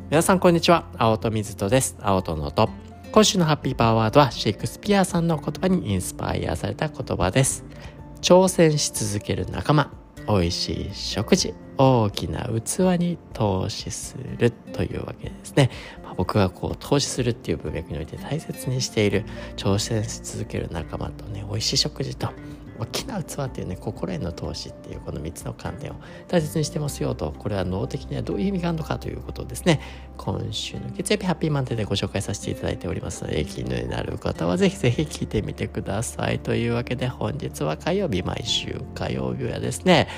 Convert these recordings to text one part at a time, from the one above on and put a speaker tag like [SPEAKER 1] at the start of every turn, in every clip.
[SPEAKER 1] 皆さんこんにちは。青戸水戸です。青戸の音。今週のハッピーパワーワードはシェイクスピアさんの言葉にインスパイアされた言葉です。挑戦し続ける仲間、美味しい食事、大きな器に投資するというわけですね。僕が投資するっていう文脈において大切にしている挑戦し続ける仲間とね、美味しい食事と大きな器っていうね、心への投資っていうこの3つの観点を大切にしてますよと、これは脳的にはどういう意味があるのかということをですね、今週の月曜日ハッピーマンデーでご紹介させていただいておりますので、気になる方はぜひぜひ聞いてみてください。というわけで本日は火曜日、毎週火曜日はですね、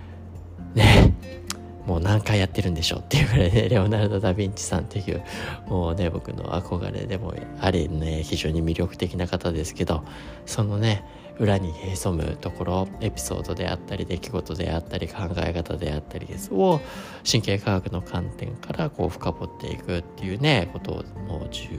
[SPEAKER 1] もう何回やってるんでしょうっていうぐらいね、レオナルド・ダ・ヴィンチさんっていうもうね、僕の憧れでもありね、非常に魅力的な方ですけど、そのね裏に潜むところ、エピソードであったり出来事であったり考え方であったりを神経科学の観点から深掘っていくっていうねことをもう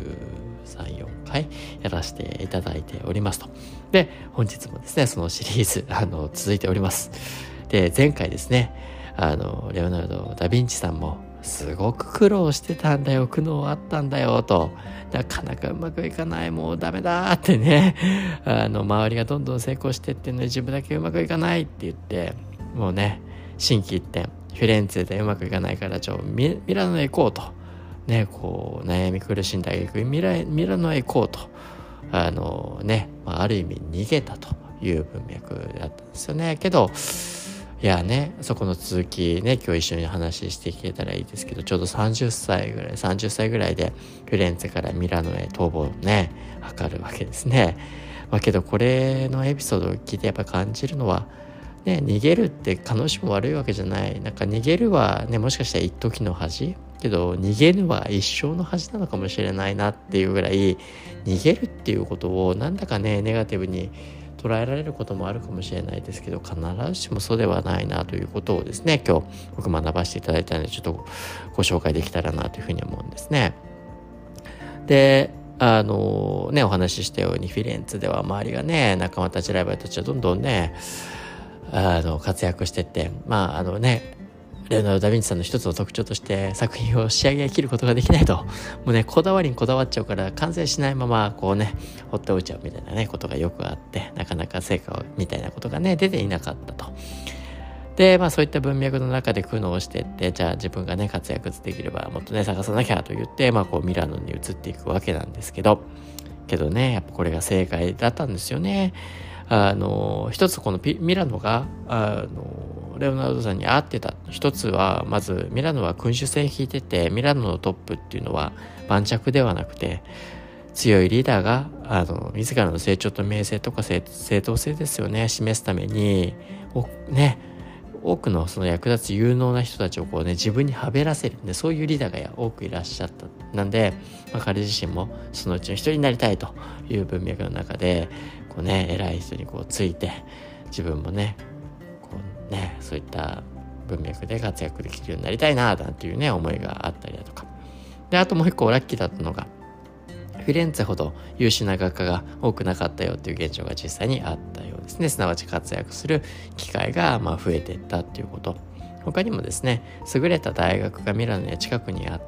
[SPEAKER 1] 13、4回やらせていただいておりますと。で、本日もですねそのシリーズ続いております。で、前回ですねレオナルド・ダ・ヴィンチさんもすごく苦労してたんだよ、苦悩あったんだよと、なかなかうまくいかない、もうダメだってね周りがどんどん成功してってね、自分だけうまくいかないって言って、もうね心機一転、フィレンツェでうまくいかないからミラノへ行こうとね、悩み苦しんだ挙句ミラノへ行こうとある意味逃げたという文脈だったんですよね。けどいやね、そこの続きね、今日一緒に話していけたらいいですけど、ちょうど30歳ぐらいでフィレンツェからミラノへ逃亡をね図るわけですね。けどこれのエピソードを聞いてやっぱ感じるのはね、逃げるって必ずしも悪いわけじゃない。なんか逃げるはね、もしかしたら一時の恥けど、逃げるは一生の恥なのかもしれないなっていうぐらい、逃げるっていうことをなんだかねネガティブに捉えられることもあるかもしれないですけど、必ずしもそうではないなということをですね、今日僕学ばせていただいたので、ちょっとご紹介できたらなというふうに思うんですね。で、お話ししたようにフィレンツェでは周りがね、仲間たちライバルたちはどんどんね活躍してって、レオナルド・ダ・ヴィンチさんの一つの特徴として作品を仕上げ切ることができないと、もうねこだわりにこだわっちゃうから完成しないまま放っておいちゃうみたいなねことがよくあって、なかなか成果みたいなことがね出ていなかったと。で、そういった文脈の中で苦悩してって、じゃあ自分がね活躍できればもっとね探さなきゃと言ってミラノに移っていくわけなんですけどね、やっぱこれが正解だったんですよね。一つこのミラノがレオナルドさんに合ってた一つは、まずミラノは君主制引いてて、ミラノのトップっていうのは盤石ではなくて強いリーダーが自らの成長と名声とか正当性ですよね示すために多くのその役立つ有能な人たちを自分にはべらせるんで、そういうリーダーが多くいらっしゃった。なんで、彼自身もそのうちの一人になりたいという文脈の中で偉い人について、自分もそういった文脈で活躍できるようになりたいななんていう思いがあったりだとか。で、あともう一個ラッキーだったのが、フィレンツェほど優秀な画家が多くなかったよっていう現状が実際にあったようですね。すなわち活躍する機会が増えていったっていうこと。他にもですね、優れた大学がミラノに近くにあって、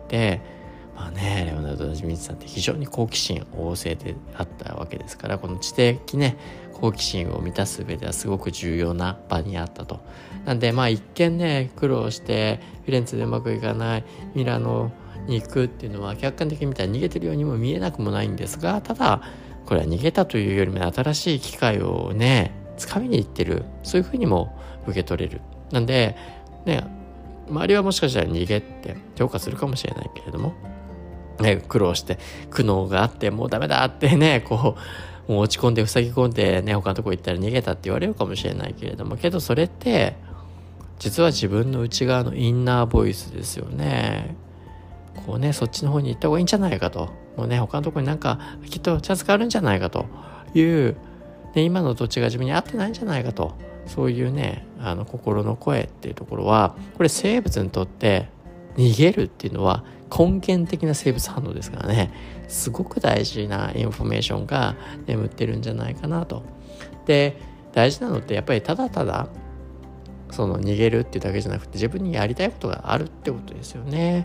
[SPEAKER 1] レオナルド・ダ・ヴィンチさんって非常に好奇心旺盛であったわけですから、この知的好奇心を満たす上ではすごく重要な場にあったと。なんで一見苦労してフィレンツェでうまくいかないミラノに行くっていうのは客観的に見たら逃げてるようにも見えなくもないんですが、ただこれは逃げたというよりも新しい機会を掴みに行ってる、そういうふうにも受け取れる。なんで周りはもしかしたら逃げって評価するかもしれないけれども、苦労して苦悩があってもうダメだってもう落ち込んで塞ぎ込んで他のとこ行ったら逃げたって言われるかもしれないけれども、けどそれって実は自分の内側のインナーボイスですよね。そっちの方に行った方がいいんじゃないかと、他のとこにきっとチャンスがあるんじゃないかという、今の土地が自分に合ってないんじゃないかと、そういう心の声っていうところは、これ生物にとって逃げるっていうのは根源的な生物反応ですからね、すごく大事なインフォメーションが眠ってるんじゃないかなと。で、大事なのってやっぱりただただその逃げるっていうだけじゃなくて、自分にやりたいことがあるってことですよね。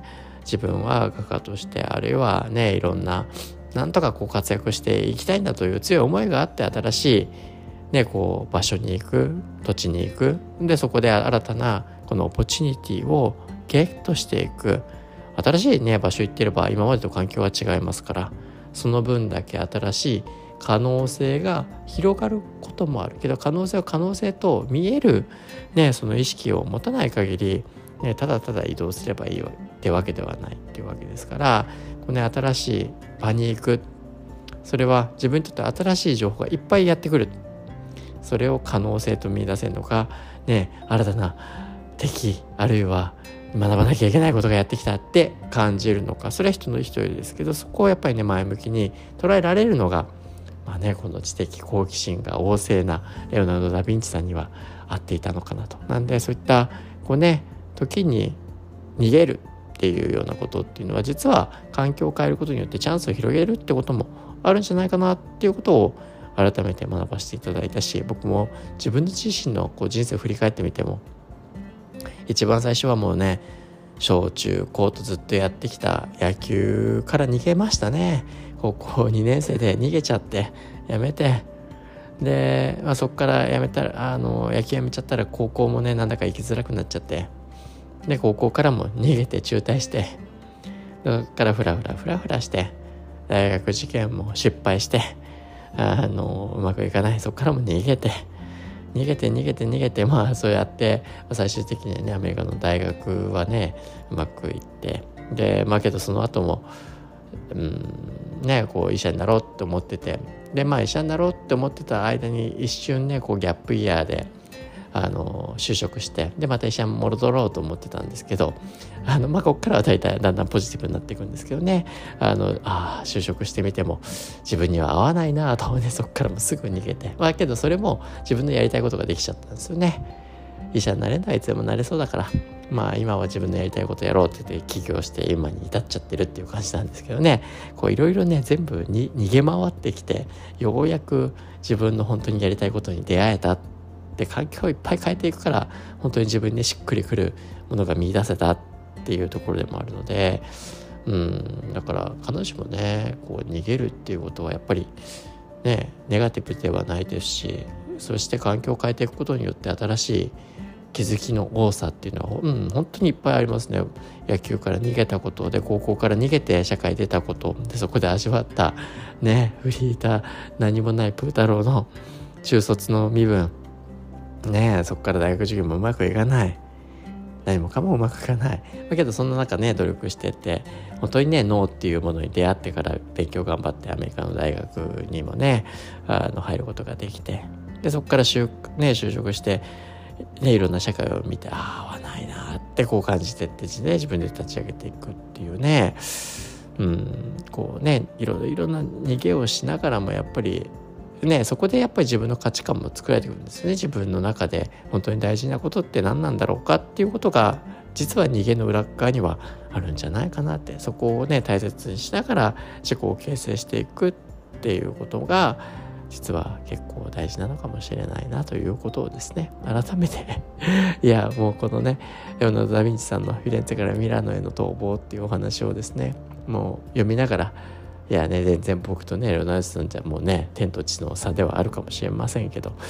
[SPEAKER 1] 自分は画家として、あるいはねいろんななんとかこう活躍していきたいんだという強い思いがあって、新しいねこう場所に行く、土地に行く、でそこで新たなこのオポチュニティをゲットしていく。新しいね場所行ってれば今までと環境は違いますから、その分だけ新しい可能性が広がることもあるけど、可能性は可能性と見えるねその意識を持たない限り、ね、ただただ移動すればいいってわけではないっていうわけですから、この、ね、新しい場に行く、それは自分にとって新しい情報がいっぱいやってくる。それを可能性と見出せるのか、ね、新たな敵、あるいは学ばなきゃいけないことがやってきたって感じるのか、それは人の一人ですけど、そこをやっぱりね前向きに捉えられるのが、この知的好奇心が旺盛なレオナルド・ダ・ヴィンチさんには合っていたのかなと。なんでそういったこうね時に逃げるっていうようなことっていうのは、実は環境を変えることによってチャンスを広げるってこともあるんじゃないかなっていうことを改めて学ばせていただいたし、僕も自分自身のこう人生を振り返ってみても、一番最初はもうね小中高とずっとやってきた野球から逃げましたね。高校2年生で逃げちゃってやめて、で、そこからやめたら野球やめちゃったら高校もねなんだか行きづらくなっちゃって、で高校からも逃げて中退して、そこからフラフラして大学受験も失敗してうまくいかない。そこからも逃げて、そうやって最終的にはねアメリカの大学はねうまくいって、でけどその後もこう医者になろうって思ってて、で医者になろうって思ってた間に一瞬ねこうギャップイヤーで就職して、でまた医者に戻ろうと思ってたんですけど、ここからはだんだんポジティブになっていくんですけどね、就職してみても自分には合わないなとね、そこからもすぐ逃げて、けどそれも自分のやりたいことができちゃったんですよね。医者になれない、いつでもなれそうだから、今は自分のやりたいことやろうって言って起業して今に至っちゃってるっていう感じなんですけどね、こういろいろね全部に逃げ回ってきて、ようやく自分の本当にやりたいことに出会えたで、環境をいっぱい変えていくから本当に自分に、ね、しっくりくるものが見出せたっていうところでもあるので、だから彼女もねこう逃げるっていうことはやっぱりねネガティブではないですし、そして環境を変えていくことによって新しい気づきの多さっていうのは、本当にいっぱいありますね。野球から逃げたことで、高校から逃げて社会に出たことで、そこで味わったねフリーター何もないプー太郎の中卒の身分ね、そこから大学受験もうまくいかない、何もかもうまくいかない。けどそんな中ね努力してって本当にね脳っていうものに出会ってから勉強頑張ってアメリカの大学にもね入ることができて、でそこから就職してねいろんな社会を見て合わないなってこう感じてって自分で立ち上げていくっていうね、こうねいろんな逃げをしながらもやっぱりね、そこでやっぱり自分の価値観も作られてくるんですね。自分の中で本当に大事なことって何なんだろうかっていうことが実は逃げの裏側にはあるんじゃないかなって、そこをね大切にしながら自己を形成していくっていうことが実は結構大事なのかもしれないなということをですね改めていやもうこのねレオナルド・ダ・ヴィンチさんのフィレンツェからミラノへの逃亡っていうお話をですねもう読みながら、いやね全然僕とねレオナルドさんじゃもうね天と地の差ではあるかもしれませんけど、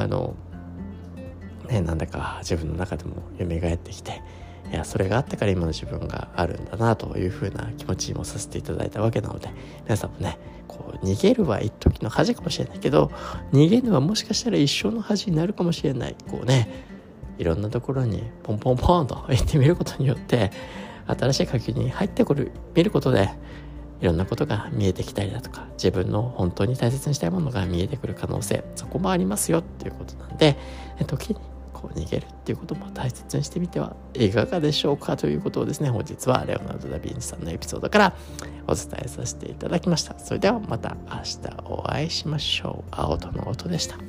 [SPEAKER 1] なんだか自分の中でも蘇ってきて、いやそれがあったから今の自分があるんだなというふうな気持ちにもさせていただいたわけなので、皆さんもねこう逃げるは一時の恥かもしれないけど、逃げるはもしかしたら一生の恥になるかもしれない、こうねいろんなところにポンポンポンと行ってみることによって新しい環境に入って見ることでいろんなことが見えてきたりだとか、自分の本当に大切にしたいものが見えてくる可能性、そこもありますよっていうことなんで、時にこう逃げるっていうことも大切にしてみてはいかがでしょうかということをですね、本日はレオナルド・ダ・ヴィンチさんのエピソードからお伝えさせていただきました。それではまた明日お会いしましょう。青との音でした。